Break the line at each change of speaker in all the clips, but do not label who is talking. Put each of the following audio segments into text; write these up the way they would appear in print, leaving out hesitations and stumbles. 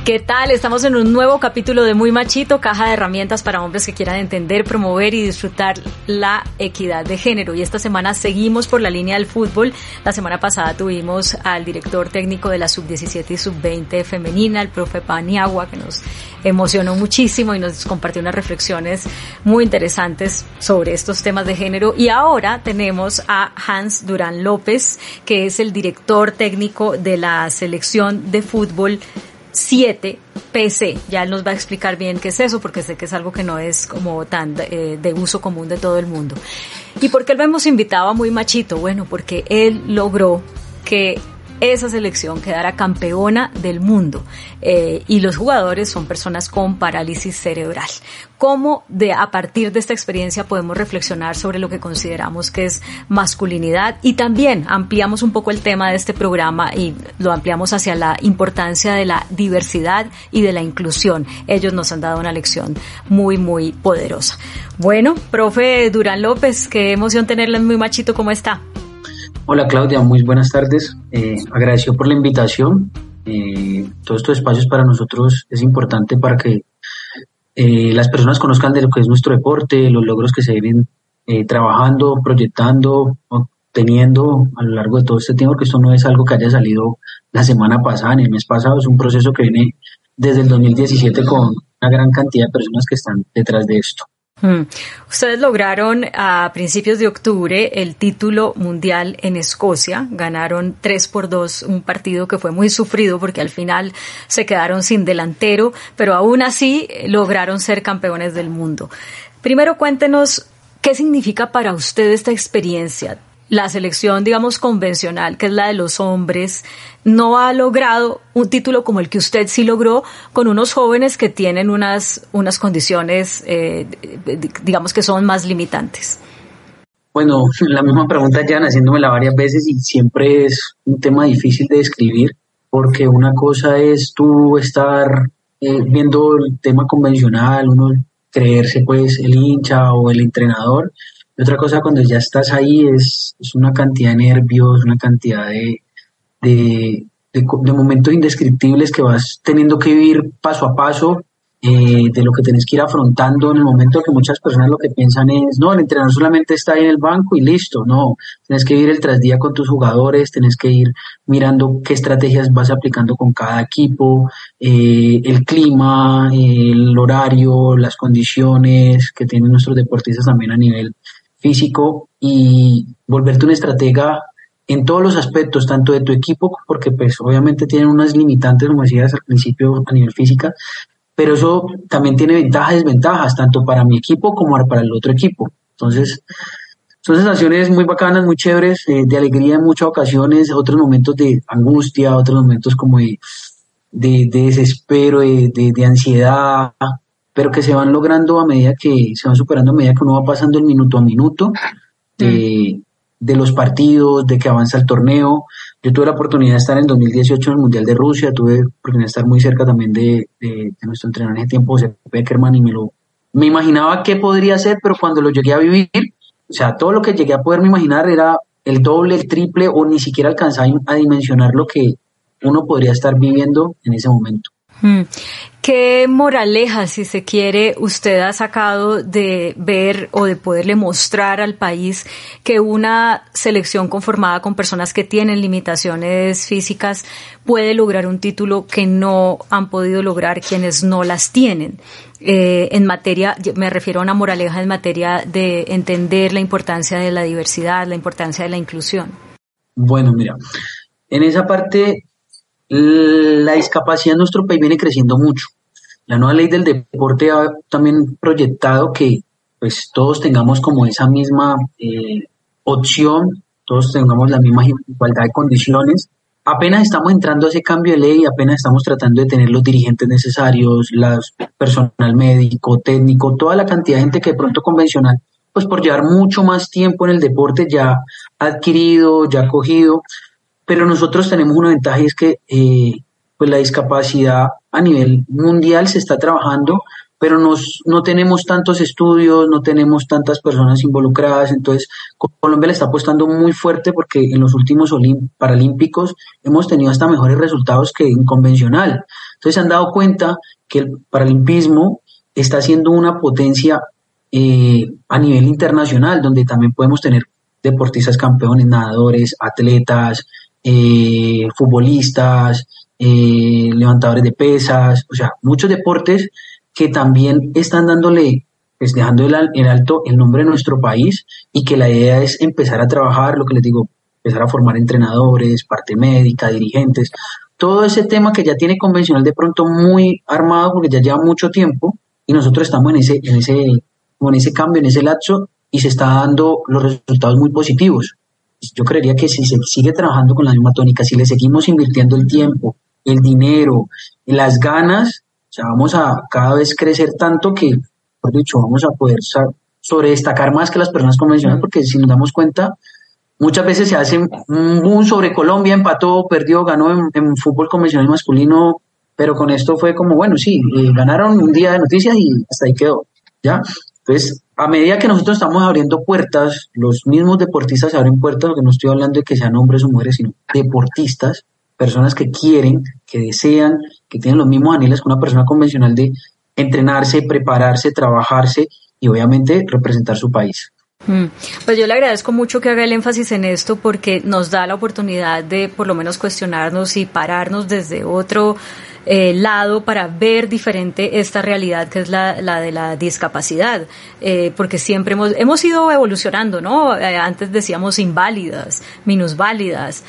¿Qué tal? Estamos en un nuevo capítulo de Muy Machito, caja de herramientas para hombres que quieran entender, promover y disfrutar la equidad de género. Y esta semana seguimos por la línea del fútbol. La semana pasada tuvimos al director técnico de la Sub-17 y Sub-20 femenina, el profe Paniagua, que nos emocionó muchísimo y nos compartió unas reflexiones muy interesantes sobre estos temas de género. Y ahora tenemos a Hans Durán López, que es el director técnico de la selección de fútbol 7 PC. Ya él nos va a explicar bien qué es eso, porque sé que es algo que no es como tan de uso común de todo el mundo. ¿Y por qué lo hemos invitado a Muy Machito? Bueno, porque él logró que esa selección quedara campeona del mundo, y los jugadores son personas con parálisis cerebral. ¿Cómo a partir de esta experiencia podemos reflexionar sobre lo que consideramos que es masculinidad? Y también ampliamos un poco el tema de este programa y lo ampliamos hacia la importancia de la diversidad y de la inclusión. Ellos nos han dado una lección muy, muy poderosa. Bueno, profe Durán López, qué emoción tenerla en Muy Machito. ¿Cómo está?
Hola Claudia, muy buenas tardes. Agradecido por la invitación. Todos estos espacios para nosotros es importante para que las personas conozcan de lo que es nuestro deporte, los logros que se vienen trabajando, proyectando, obteniendo a lo largo de todo este tiempo, que esto no es algo que haya salido la semana pasada ni el mes pasado, es un proceso que viene desde el 2017 con una gran cantidad de personas que están detrás de esto.
Ustedes lograron a principios de octubre el título mundial en Escocia, ganaron 3-2 un partido que fue muy sufrido porque al final se quedaron sin delantero, pero aún así lograron ser campeones del mundo. Primero cuéntenos qué significa para usted esta experiencia. La selección, digamos, convencional, que es la de los hombres, no ha logrado un título como el que usted sí logró con unos jóvenes que tienen unas condiciones, digamos, que son más limitantes.
Bueno, la misma pregunta ya haciéndomela varias veces y siempre es un tema difícil de describir, porque una cosa es tú estar viendo el tema convencional, uno creerse pues el hincha o el entrenador. Y otra cosa cuando ya estás ahí es una cantidad de nervios, una cantidad de momentos indescriptibles que vas teniendo que vivir paso a paso, de lo que tenés que ir afrontando en el momento que muchas personas lo que piensan es, no, el entrenador solamente está ahí en el banco y listo. No, tenés que vivir el tras día con tus jugadores, tenés que ir mirando qué estrategias vas aplicando con cada equipo, el clima, el horario, las condiciones que tienen nuestros deportistas también a nivel físico, y volverte un estratega en todos los aspectos, tanto de tu equipo, porque pues obviamente tienen unas limitantes, como decías al principio, a nivel física, pero eso también tiene ventajas y desventajas, tanto para mi equipo como para el otro equipo. Entonces, son sensaciones muy bacanas, muy chéveres, de alegría en muchas ocasiones, otros momentos de angustia, otros momentos como de desespero, de ansiedad, pero que se van logrando a medida que se van superando, a medida que uno va pasando el minuto a minuto de los partidos, de que avanza el torneo. Yo tuve la oportunidad de estar en 2018 en el Mundial de Rusia, tuve la oportunidad de estar muy cerca también de nuestro entrenador en ese tiempo, José Peckerman, y me imaginaba qué podría ser, pero cuando lo llegué a vivir, o sea, todo lo que llegué a poderme imaginar era el doble, el triple, o ni siquiera alcanzaba a dimensionar lo que uno podría estar viviendo en ese momento.
¿Qué moraleja, si se quiere, usted ha sacado de ver o de poderle mostrar al país que una selección conformada con personas que tienen limitaciones físicas puede lograr un título que no han podido lograr quienes no las tienen? En materia, me refiero a una moraleja en materia de entender la importancia de la diversidad, la importancia de la inclusión.
Bueno, mira, en esa parte la discapacidad en nuestro país viene creciendo mucho. La nueva ley del deporte ha también proyectado que pues todos tengamos como esa misma opción, todos tengamos la misma igualdad de condiciones. Apenas estamos entrando a ese cambio de ley, apenas estamos tratando de tener los dirigentes necesarios, personal médico, técnico, toda la cantidad de gente que de pronto convencional, pues por llevar mucho más tiempo en el deporte ya ha adquirido, ya ha cogido. Pero nosotros tenemos una ventaja y es que pues la discapacidad a nivel mundial se está trabajando, pero no tenemos tantos estudios, no tenemos tantas personas involucradas. Entonces Colombia le está apostando muy fuerte porque en los últimos Paralímpicos hemos tenido hasta mejores resultados que en convencional. Entonces se han dado cuenta que el paralimpismo está siendo una potencia a nivel internacional, donde también podemos tener deportistas campeones, nadadores, atletas, futbolistas, levantadores de pesas, o sea, muchos deportes que también están dándole, pues dejando en alto el nombre de nuestro país, y que la idea es empezar a trabajar, lo que les digo, empezar a formar entrenadores, parte médica, dirigentes, todo ese tema que ya tiene convencional de pronto muy armado porque ya lleva mucho tiempo, y nosotros estamos en ese cambio, en ese lapso, y se está dando los resultados muy positivos. Yo creería que si se sigue trabajando con la misma tónica, si le seguimos invirtiendo el tiempo, el dinero, las ganas, o sea, vamos a cada vez crecer tanto que, por dicho, vamos a poder sobredestacar más que las personas convencionales, porque si nos damos cuenta, muchas veces se hace un boom sobre Colombia, empató, perdió, ganó en fútbol convencional masculino, pero con esto fue como, bueno, sí, ganaron un día de noticias y hasta ahí quedó, ¿ya? Entonces, a medida que nosotros estamos abriendo puertas, los mismos deportistas se abren puertas, lo que no estoy hablando de que sean hombres o mujeres, sino deportistas, personas que quieren, que desean, que tienen los mismos anhelos que una persona convencional de entrenarse, prepararse, trabajarse y obviamente representar su país.
Pues yo le agradezco mucho que haga el énfasis en esto, porque nos da la oportunidad de por lo menos cuestionarnos y pararnos desde otro lado para ver diferente esta realidad que es la de la discapacidad, porque siempre hemos ido evolucionando, ¿no? Antes decíamos inválidas, minusválidas,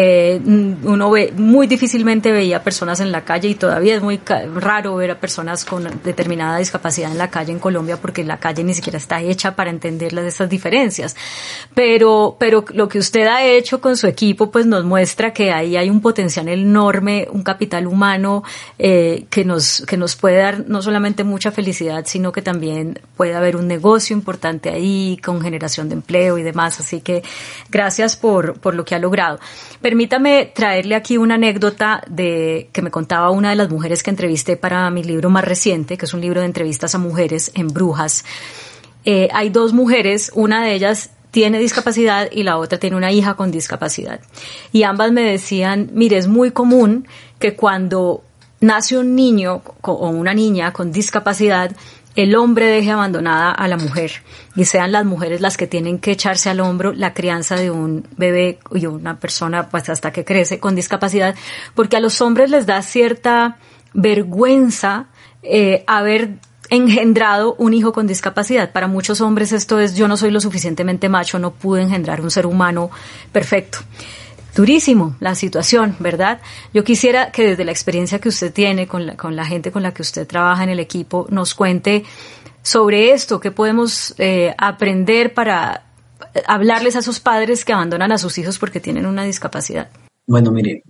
uno muy difícilmente veía personas en la calle, y todavía es muy raro ver a personas con determinada discapacidad en la calle en Colombia, porque la calle ni siquiera está hecha para entender esas diferencias, pero lo que usted ha hecho con su equipo pues nos muestra que ahí hay un potencial enorme, un capital humano que nos puede dar no solamente mucha felicidad, sino que también puede haber un negocio importante ahí con generación de empleo y demás. Así que gracias por lo que ha logrado. Permítame traerle aquí una anécdota que me contaba una de las mujeres que entrevisté para mi libro más reciente, que es un libro de entrevistas a mujeres en Brujas. Hay dos mujeres, una de ellas tiene discapacidad y la otra tiene una hija con discapacidad. Y ambas me decían, mire, es muy común que cuando nace un niño o una niña con discapacidad, el hombre deje abandonada a la mujer y sean las mujeres las que tienen que echarse al hombro la crianza de un bebé y una persona pues hasta que crece con discapacidad, porque a los hombres les da cierta vergüenza haber engendrado un hijo con discapacidad. Para muchos hombres esto es: yo no soy lo suficientemente macho, no pude engendrar un ser humano perfecto. Durísimo la situación, ¿verdad? Yo quisiera que desde la experiencia que usted tiene con la gente con la que usted trabaja en el equipo nos cuente sobre esto, qué podemos aprender para hablarles a esos padres que abandonan a sus hijos porque tienen una discapacidad.
Bueno, mire,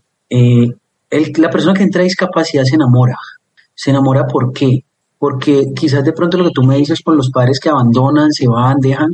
la persona que entra a discapacidad se enamora. ¿Se enamora por qué? Porque quizás de pronto lo que tú me dices con los padres que abandonan, se van, dejan,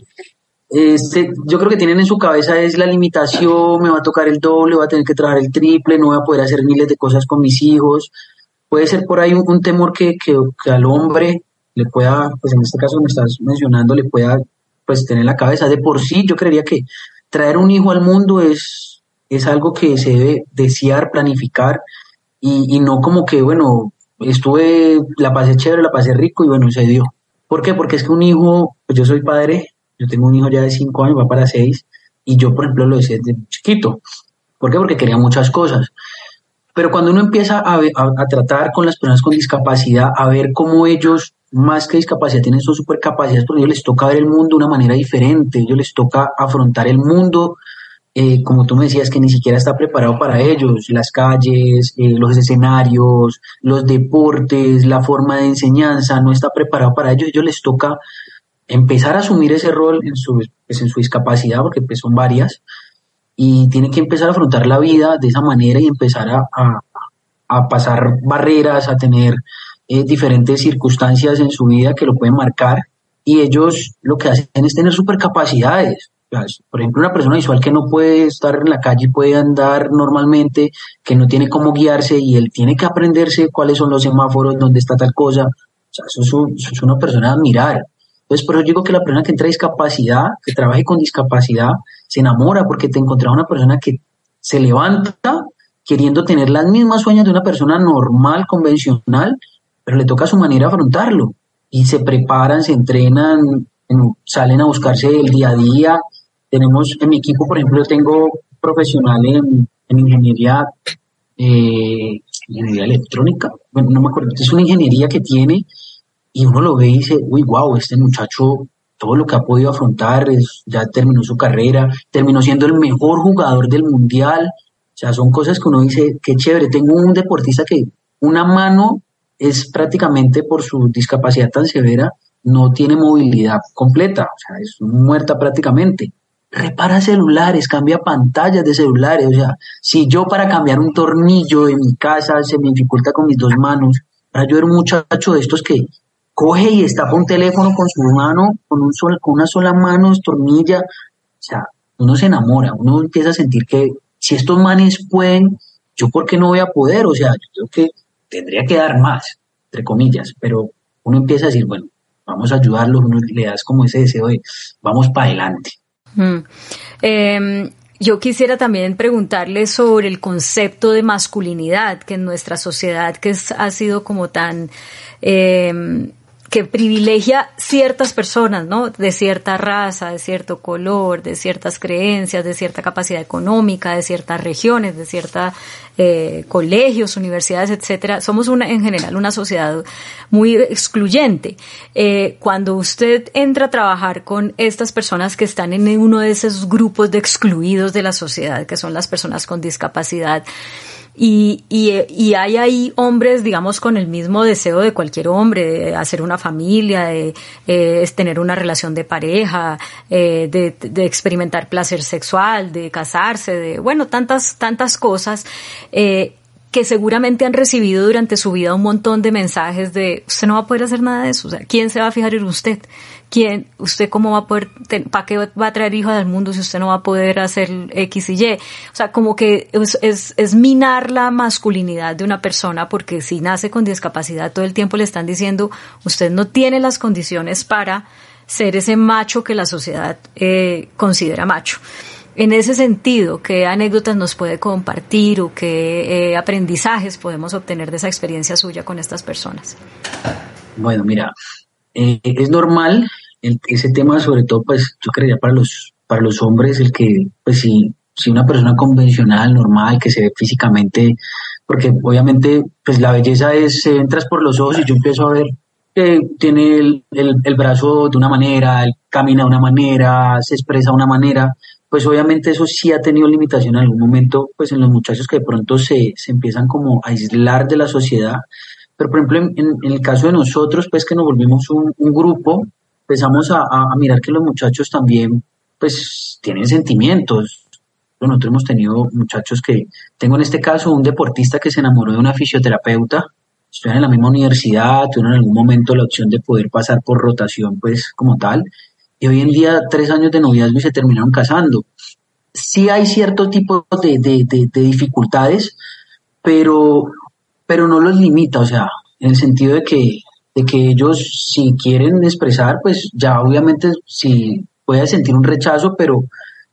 yo creo que tienen en su cabeza es la limitación: me va a tocar el doble, voy a tener que trabajar el triple, no voy a poder hacer miles de cosas con mis hijos. Puede ser por ahí un temor que al hombre le pueda, pues en este caso me estás mencionando, le pueda pues tener en la cabeza. De por sí yo creería que traer un hijo al mundo es algo que se debe desear, planificar, y no como que, bueno, la pasé chévere, la pasé rico y bueno, se dio. ¿Por qué? Porque es que un hijo, pues yo soy padre, yo tengo un hijo ya de 5 años, va para 6, y yo, por ejemplo, lo decía desde chiquito. ¿Por qué? Porque quería muchas cosas. Pero cuando uno empieza a tratar con las personas con discapacidad, a ver cómo ellos, más que discapacidad, tienen sus supercapacidades, porque a ellos les toca ver el mundo de una manera diferente, a ellos les toca afrontar el mundo, como tú me decías, que ni siquiera está preparado para ellos, las calles, los escenarios, los deportes, la forma de enseñanza, no está preparado para ellos. A ellos les toca empezar a asumir ese rol en su discapacidad, porque pues son varias, y tienen que empezar a afrontar la vida de esa manera y empezar a pasar barreras, a tener diferentes circunstancias en su vida que lo pueden marcar, y ellos lo que hacen es tener supercapacidades. Por ejemplo, una persona visual que no puede estar en la calle y puede andar normalmente, que no tiene cómo guiarse, y él tiene que aprenderse cuáles son los semáforos, dónde está tal cosa. O sea, eso es una persona a admirar. Entonces, por eso digo que la persona que entra a discapacidad, que trabaje con discapacidad, se enamora, porque te encontrás una persona que se levanta queriendo tener las mismas sueños de una persona normal, convencional, pero le toca a su manera afrontarlo. Y se preparan, se entrenan, salen a buscarse el día a día. Tenemos, en mi equipo, por ejemplo, tengo profesional en ingeniería electrónica, bueno, no me acuerdo, es una ingeniería que tiene y uno lo ve y dice, uy, wow, este muchacho, todo lo que ha podido afrontar, ya terminó su carrera, terminó siendo el mejor jugador del mundial, o sea, son cosas que uno dice, qué chévere, tengo un deportista que una mano es prácticamente por su discapacidad tan severa, no tiene movilidad completa, o sea, es muerta prácticamente. Repara celulares, cambia pantallas de celulares, o sea, si yo para cambiar un tornillo de mi casa se me dificulta con mis dos manos, para yo era un muchacho de estos que coge y destapa un teléfono con su mano, con una sola mano, destornilla, o sea, uno se enamora, uno empieza a sentir que si estos manes pueden, yo por qué no voy a poder, o sea, yo creo que tendría que dar más, entre comillas, pero uno empieza a decir, bueno, vamos a ayudarlos, uno le das como ese deseo de vamos para adelante.
Yo quisiera también preguntarle sobre el concepto de masculinidad que en nuestra sociedad ha sido como tan que privilegia ciertas personas, ¿no? De cierta raza, de cierto color, de ciertas creencias, de cierta capacidad económica, de ciertas regiones, de ciertos colegios, universidades, etcétera. Somos en general una sociedad muy excluyente. Cuando usted entra a trabajar con estas personas que están en uno de esos grupos de excluidos de la sociedad, que son las personas con discapacidad, y hay ahí hombres, digamos, con el mismo deseo de cualquier hombre, de hacer una familia, de tener una relación de pareja, de experimentar placer sexual, de casarse, de, bueno, tantas cosas, que seguramente han recibido durante su vida un montón de mensajes de usted no va a poder hacer nada de eso, o sea, ¿quién se va a fijar en usted? ¿Usted cómo va a poder, para qué va a traer hijos al mundo si usted no va a poder hacer X y Y? O sea, como que es minar la masculinidad de una persona, porque si nace con discapacidad todo el tiempo le están diciendo usted no tiene las condiciones para ser ese macho que la sociedad considera macho. En ese sentido, ¿qué anécdotas nos puede compartir o qué aprendizajes podemos obtener de esa experiencia suya con estas personas?
Bueno, mira, es normal ese tema, sobre todo, pues yo creería para los hombres, el que, pues si una persona convencional, normal, que se ve físicamente, porque obviamente, pues la belleza entras por los ojos y yo empiezo a ver que tiene el brazo de una manera, él camina de una manera, se expresa de una manera, pues obviamente eso sí ha tenido limitación en algún momento, pues en los muchachos que de pronto se empiezan como a aislar de la sociedad. Pero, por ejemplo, en el caso de nosotros, pues que nos volvimos un grupo, empezamos a mirar que los muchachos también, pues, tienen sentimientos. Nosotros hemos tenido muchachos tengo en este caso un deportista que se enamoró de una fisioterapeuta, estudian en la misma universidad, tuvieron en algún momento la opción de poder pasar por rotación, pues, como tal, y hoy en día 3 años de noviazgo y se terminaron casando. Sí hay cierto tipo de dificultades, pero no los limita, o sea, en el sentido de que ellos si quieren expresar, pues ya obviamente si puede sentir un rechazo, pero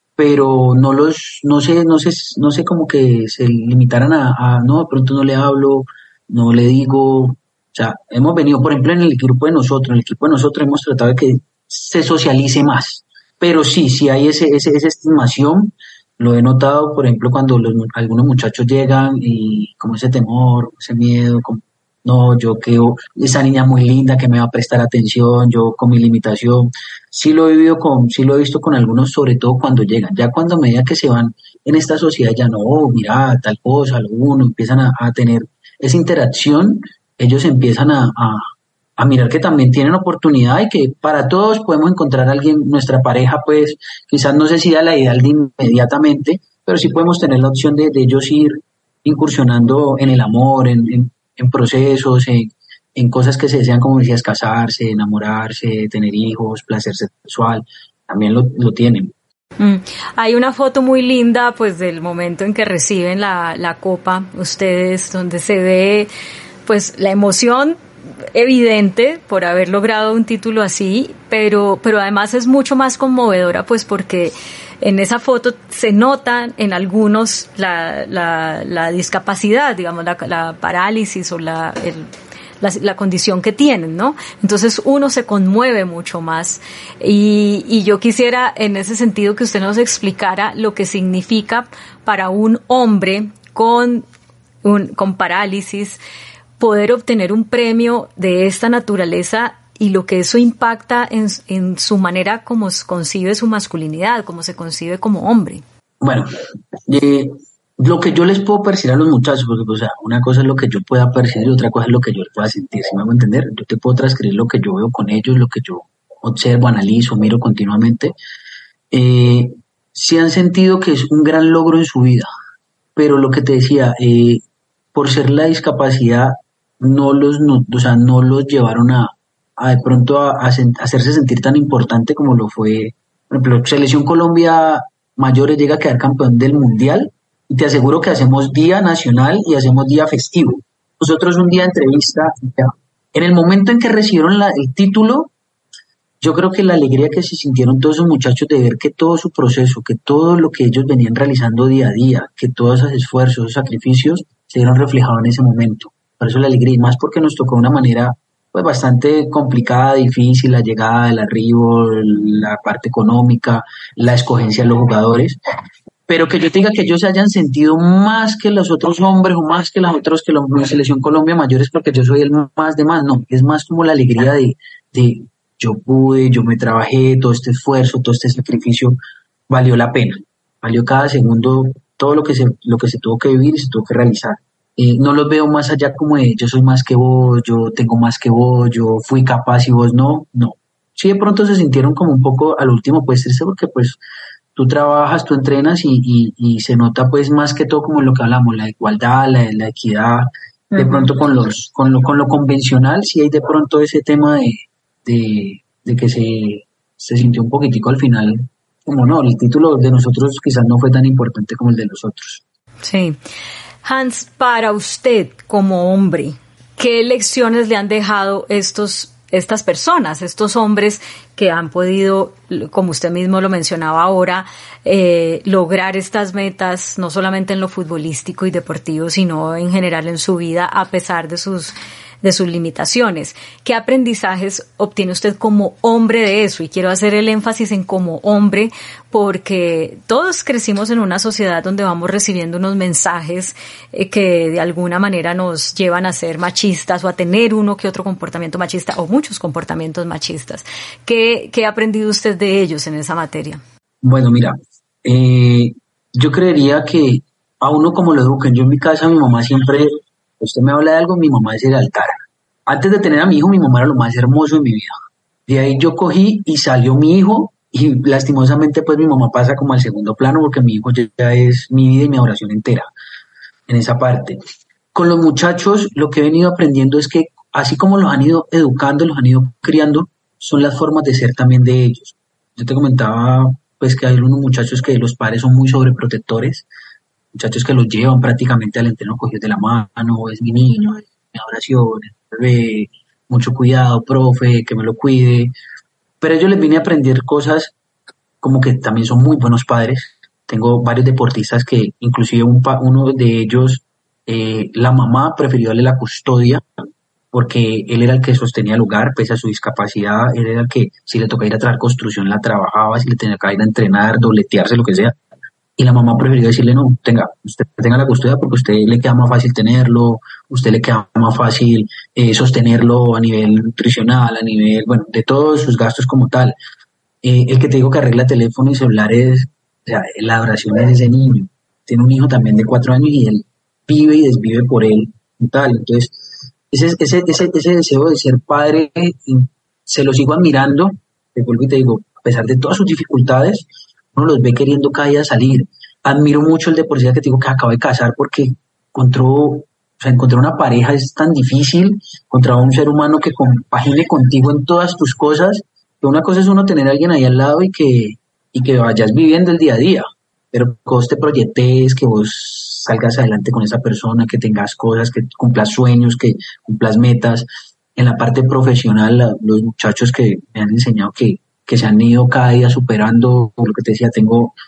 no sé como que se limitaran no, de pronto no le hablo, no le digo, o sea, hemos venido, por ejemplo, en el equipo de nosotros hemos tratado de que se socialice más, pero sí hay esa estimación. Lo he notado, por ejemplo, cuando algunos muchachos llegan y como ese temor, ese miedo, no, yo creo, esa niña muy linda que me va a prestar atención, yo con mi limitación, sí lo he visto con algunos, sobre todo cuando llegan, ya cuando a medida que se van en esta sociedad ya no, mira, tal cosa, algunos empiezan a tener esa interacción, ellos empiezan a mirar que también tienen oportunidad y que para todos podemos encontrar a alguien, nuestra pareja, pues quizás no sé si da la ideal de inmediatamente, pero sí podemos tener la opción de ellos ir incursionando en el amor, en procesos, en cosas que se desean, como decías, casarse, enamorarse, tener hijos, placer sexual, también lo tienen.
Hay una foto muy linda, pues, del momento en que reciben la copa, ustedes, donde se ve, pues, la emoción evidente por haber logrado un título así, pero además es mucho más conmovedora, pues, porque en esa foto se nota en algunos la discapacidad, digamos, la parálisis o la condición que tienen, ¿no? Entonces uno se conmueve mucho más y yo quisiera en ese sentido que usted nos explicara lo que significa para un hombre con parálisis poder obtener un premio de esta naturaleza y lo que eso impacta en su manera como concibe su masculinidad, como se concibe como hombre.
Bueno, lo que yo les puedo percibir a los muchachos, porque, o sea, una cosa es lo que yo pueda percibir y otra cosa es lo que yo pueda sentir, ¿sí me hago entender? Yo te puedo transcribir lo que yo veo con ellos, lo que yo observo, analizo, miro continuamente. Sí han sentido que es un gran logro en su vida, pero lo que te decía, por ser la discapacidad, no los llevaron a de pronto a hacerse sentir tan importante como lo fue, por ejemplo, Selección Colombia Mayores llega a quedar campeón del Mundial y te aseguro que hacemos día nacional y hacemos día festivo. Nosotros un día de entrevista, en el momento en que recibieron el título, yo creo que la alegría que se sintieron todos esos muchachos de ver que todo su proceso, que todo lo que ellos venían realizando día a día, que todos esos esfuerzos, esos sacrificios se vieron reflejados en ese momento. Por eso la alegría, y más porque nos tocó de una manera pues bastante complicada, difícil, la llegada, el arribo, la parte económica, la escogencia de los jugadores, pero que yo te diga que ellos se hayan sentido más que los otros hombres o más que los otros que la Selección Colombia Mayores porque yo soy el más de más, no, es más como la alegría de yo pude, yo me trabajé, todo este esfuerzo, todo este sacrificio valió la pena, valió cada segundo, todo lo que se tuvo que vivir y se tuvo que realizar. No los veo más allá como de yo soy más que vos, yo tengo más que vos, yo fui capaz y vos no. Sí, de pronto se sintieron como un poco al último pues triste porque pues tú trabajas, tú entrenas y se nota pues más que todo como lo que hablamos, la igualdad, la equidad, de pronto con lo convencional sí hay de pronto ese tema de que se sintió un poquitico al final, como no, el título de nosotros quizás no fue tan importante como el de los otros.
Sí. Hans, para usted como hombre, ¿qué lecciones le han dejado estas personas, estos hombres que han podido, como usted mismo lo mencionaba ahora, lograr estas metas, no solamente en lo futbolístico y deportivo, sino en general en su vida, a pesar de sus limitaciones? ¿Qué aprendizajes obtiene usted como hombre de eso? Y quiero hacer el énfasis en como hombre porque todos crecimos en una sociedad donde vamos recibiendo unos mensajes que de alguna manera nos llevan a ser machistas o a tener uno que otro comportamiento machista o muchos comportamientos machistas. ¿Qué ha aprendido usted de ellos en esa materia?
Bueno, mira, yo creería que a uno como lo educan. Yo en mi casa, mi mamá siempre... Usted me habla de algo, mi mamá es el altar. Antes de tener a mi hijo, mi mamá era lo más hermoso de mi vida. De ahí yo cogí y salió mi hijo y lastimosamente pues mi mamá pasa como al segundo plano porque mi hijo ya es mi vida y mi oración entera en esa parte. Con los muchachos lo que he venido aprendiendo es que así como los han ido educando, los han ido criando, son las formas de ser también de ellos. Yo te comentaba pues que hay unos muchachos que los padres son muy sobreprotectores, muchachos que los llevan prácticamente al entreno cogidos de la mano, es mi niño, es mi oración, es mi bebé, mucho cuidado, profe, que me lo cuide. Pero ellos les vine a aprender cosas como que también son muy buenos padres. Tengo varios deportistas que inclusive uno de ellos, la mamá prefirió darle la custodia porque él era el que sostenía el hogar pese a su discapacidad, él era el que si le tocaba ir a trabajar construcción la trabajaba, si le tenía que ir a entrenar, dobletearse, lo que sea. Y la mamá prefirió decirle, no, usted tenga la custodia porque a usted le queda más fácil tenerlo, usted le queda más fácil sostenerlo a nivel nutricional, a nivel, bueno, de todos sus gastos como tal. El que te digo que arregla teléfono y celulares, o sea, la adoración es ese niño. Tiene un hijo también de 4 años y él vive y desvive por él y tal. Entonces, ese deseo de ser padre, se lo sigo admirando, te vuelvo y te digo, a pesar de todas sus dificultades, uno los ve queriendo cada día salir. Admiro mucho el deportista que te digo que acaba de casar porque encontró una pareja es tan difícil, encontrar un ser humano que compagine contigo en todas tus cosas, que una cosa es uno tener a alguien ahí al lado y que vayas viviendo el día a día, pero que vos te proyectes, que vos salgas adelante con esa persona, que tengas cosas, que cumplas sueños, que cumplas metas. En la parte profesional, los muchachos que me han enseñado que se han ido cada día superando, por lo que te decía, tengo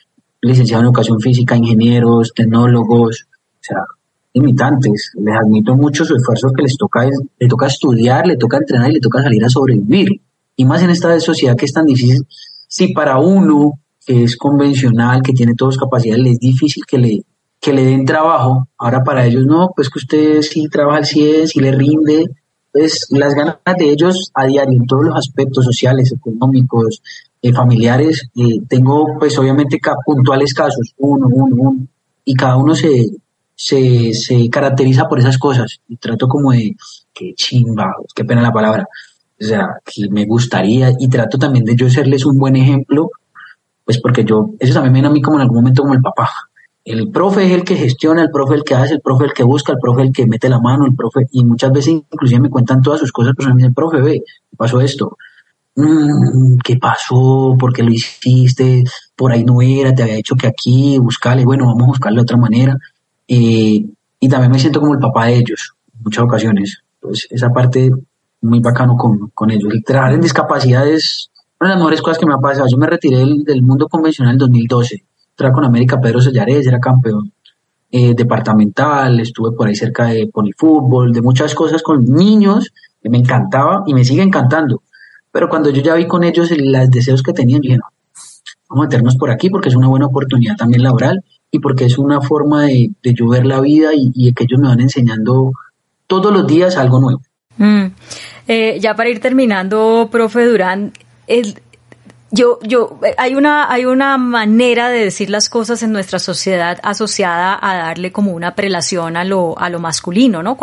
licenciados en educación física, ingenieros, tecnólogos, o sea, limitantes. Les admito mucho su esfuerzo que les toca estudiar, le toca entrenar y le toca salir a sobrevivir. Y más en esta sociedad que es tan difícil. Si para uno que es convencional, que tiene todas capacidades, le es difícil que le den trabajo, ahora para ellos no, pues que usted sí trabaja al 100, sí le rinde, pues las ganas de ellos a diario en todos los aspectos sociales, económicos, familiares, tengo pues obviamente puntuales casos, uno, y cada uno se caracteriza por esas cosas, y trato como de, qué chimba, qué pena la palabra, o sea, que me gustaría, y trato también de yo serles un buen ejemplo, pues porque ellos también me ven a mí como en algún momento como el papá. El profe es el que gestiona, el profe es el que hace, el profe es el que busca, el profe es el que mete la mano, el profe, y muchas veces inclusive me cuentan todas sus cosas, pero me dicen, profe, ve, ¿qué pasó esto? ¿Qué pasó? ¿Por qué lo hiciste? Por ahí no era, te había dicho que aquí, buscale, bueno, vamos a buscarle de otra manera. Y también me siento como el papá de ellos, en muchas ocasiones. Entonces, esa parte muy bacano con ellos. El trabajar en discapacidad es una de las mejores cosas que me ha pasado. Yo me retiré del mundo convencional en 2012. Trabajé con América Pedro Sellarés, era campeón departamental, estuve por ahí cerca de ponifútbol, de muchas cosas con niños, que me encantaba y me sigue encantando. Pero cuando yo ya vi con ellos los deseos que tenían, dije, no, vamos a meternos por aquí porque es una buena oportunidad también laboral y porque es una forma de yo ver la vida y de que ellos me van enseñando todos los días algo nuevo.
Ya para ir terminando, profe Durán, hay una manera de decir las cosas en nuestra sociedad asociada a darle como una prelación a lo masculino, ¿no?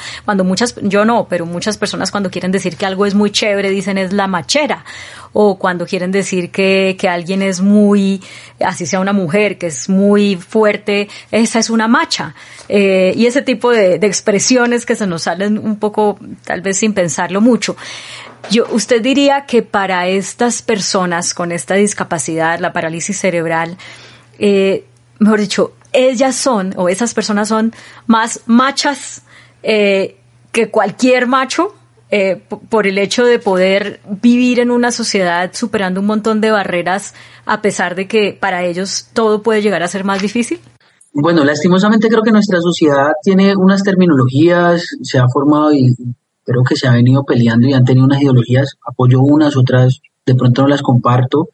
Pero muchas personas cuando quieren decir que algo es muy chévere dicen es la machera, o cuando quieren decir que alguien es muy, así sea una mujer, que es muy fuerte, esa es una macha, y ese tipo de expresiones que se nos salen un poco, tal vez sin pensarlo mucho. ¿Usted diría que para estas personas con esta discapacidad, la parálisis cerebral, mejor dicho, esas personas son más machas que cualquier macho, por el hecho de poder vivir en una sociedad superando un montón de barreras, a pesar de que para ellos todo puede llegar a ser más difícil?
Bueno, lastimosamente creo que nuestra sociedad tiene unas terminologías, se ha formado y creo que se ha venido peleando y han tenido unas ideologías, apoyo unas, otras de pronto no las comparto,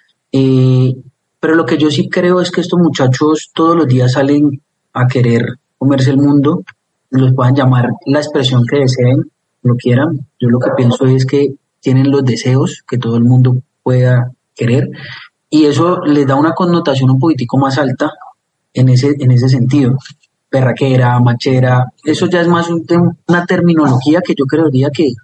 pero lo que yo sí creo es que estos muchachos todos los días salen a querer comerse el mundo, los puedan llamar la expresión que deseen, lo quieran. Yo lo que pienso es que tienen los deseos que todo el mundo pueda querer y eso les da una connotación un poquitico más alta en ese sentido. Perraquera, machera, eso ya es más una terminología que yo creería que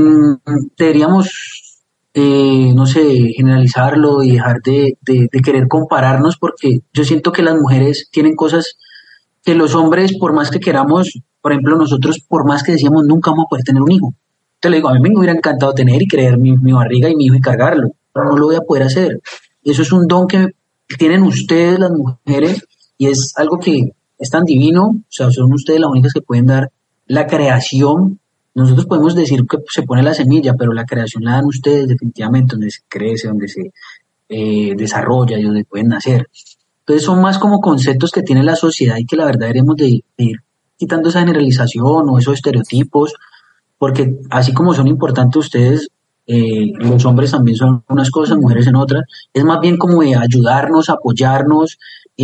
deberíamos, no sé, generalizarlo y dejar de querer compararnos, porque yo siento que las mujeres tienen cosas que los hombres, por más que queramos, por ejemplo, nosotros, por más que decíamos, nunca vamos a poder tener un hijo. Te lo digo, a mí me hubiera encantado tener y creer mi barriga y mi hijo y cargarlo, pero no lo voy a poder hacer. Eso es un don que tienen ustedes, las mujeres, y es algo que es tan divino, o sea, son ustedes las únicas que pueden dar la creación. Nosotros podemos decir que se pone la semilla, pero la creación la dan ustedes definitivamente, donde se crece, donde se desarrolla y donde pueden nacer. Entonces son más como conceptos que tiene la sociedad y que la verdad deberemos de ir quitando esa generalización o esos estereotipos, porque así como son importantes ustedes, los hombres también son unas cosas, mujeres en otras, es más bien como de ayudarnos, apoyarnos,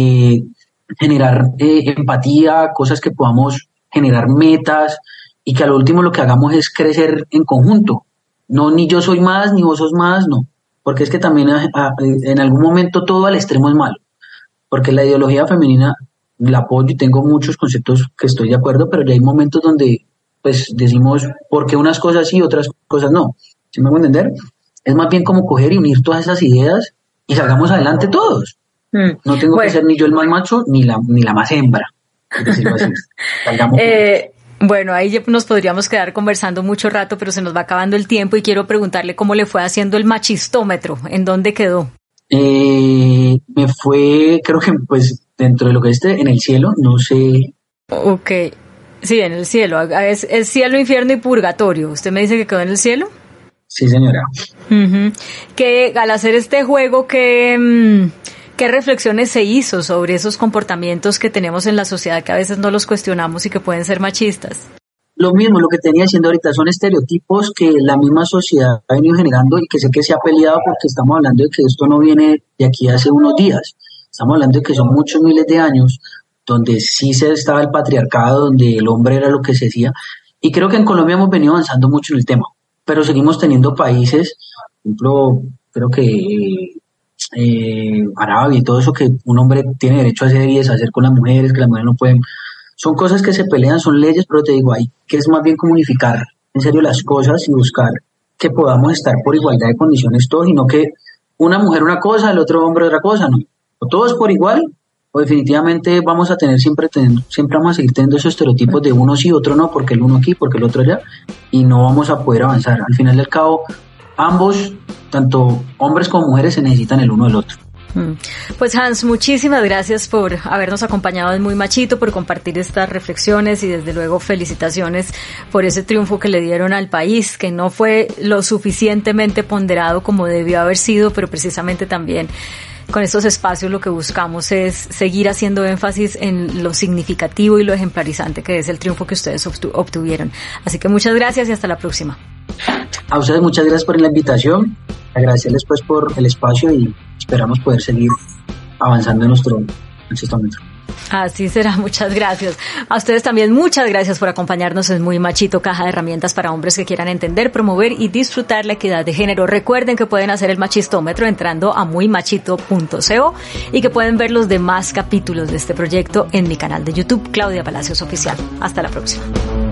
generar empatía, cosas que podamos generar metas y que a lo último lo que hagamos es crecer en conjunto. No, ni yo soy más, ni vos sos más, no. Porque es que también en algún momento todo al extremo es malo. Porque la ideología femenina la apoyo y tengo muchos conceptos que estoy de acuerdo, pero ya hay momentos donde pues decimos por qué unas cosas sí, otras cosas no. ¿Sí me hago entender? Es más bien como coger y unir todas esas ideas y salgamos adelante todos. No tengo que ser ni yo el más macho ni la más hembra, por decirlo así.
Bueno, ahí nos podríamos quedar conversando mucho rato, pero se nos va acabando el tiempo y quiero preguntarle cómo le fue haciendo el machistómetro, ¿en dónde quedó?
Me fue, creo que pues dentro de lo que en el cielo, no sé.
Ok, sí, en el cielo, es cielo, infierno y purgatorio. ¿Usted me dice que quedó en el cielo?
Sí, señora.
Que al hacer este juego, ¿qué ¿Qué reflexiones se hizo sobre esos comportamientos que tenemos en la sociedad que a veces no los cuestionamos y que pueden ser machistas?
Lo mismo, lo que tenía diciendo ahorita, son estereotipos que la misma sociedad ha venido generando y que sé que se ha peleado porque estamos hablando de que esto no viene de aquí hace unos días. Estamos hablando de que son muchos miles de años donde sí se estaba el patriarcado, donde el hombre era lo que se decía. Y creo que en Colombia hemos venido avanzando mucho en el tema, pero seguimos teniendo países, por ejemplo, creo que Arabia y todo eso, que un hombre tiene derecho a hacer y deshacer con las mujeres, que las mujeres no pueden. Son cosas que se pelean, son leyes, pero te digo, hay que es más bien como unificar en serio las cosas y buscar que podamos estar por igualdad de condiciones todos y no que una mujer una cosa, el otro hombre otra cosa, no. O todos por igual, o definitivamente vamos a siempre vamos a seguir teniendo esos estereotipos de uno sí, otro no, porque el uno aquí, porque el otro allá, y no vamos a poder avanzar. Al final del cabo, ambos, tanto hombres como mujeres, se necesitan el uno del otro.
Pues Hans, muchísimas gracias por habernos acompañado en Muy Machito, por compartir estas reflexiones y desde luego felicitaciones por ese triunfo que le dieron al país, que no fue lo suficientemente ponderado como debió haber sido, pero precisamente también con estos espacios lo que buscamos es seguir haciendo énfasis en lo significativo y lo ejemplarizante que es el triunfo que ustedes obtuvieron. Así que muchas gracias y hasta la próxima.
A ustedes muchas gracias por la invitación, agradecerles pues por el espacio y esperamos poder seguir avanzando en nuestro machistómetro.
Así será, muchas gracias. A ustedes también muchas gracias por acompañarnos en Muy Machito, caja de herramientas para hombres que quieran entender, promover y disfrutar la equidad de género. Recuerden que pueden hacer el machistómetro entrando a muymachito.co y que pueden ver los demás capítulos de este proyecto en mi canal de YouTube, Claudia Palacios Oficial. Hasta la próxima.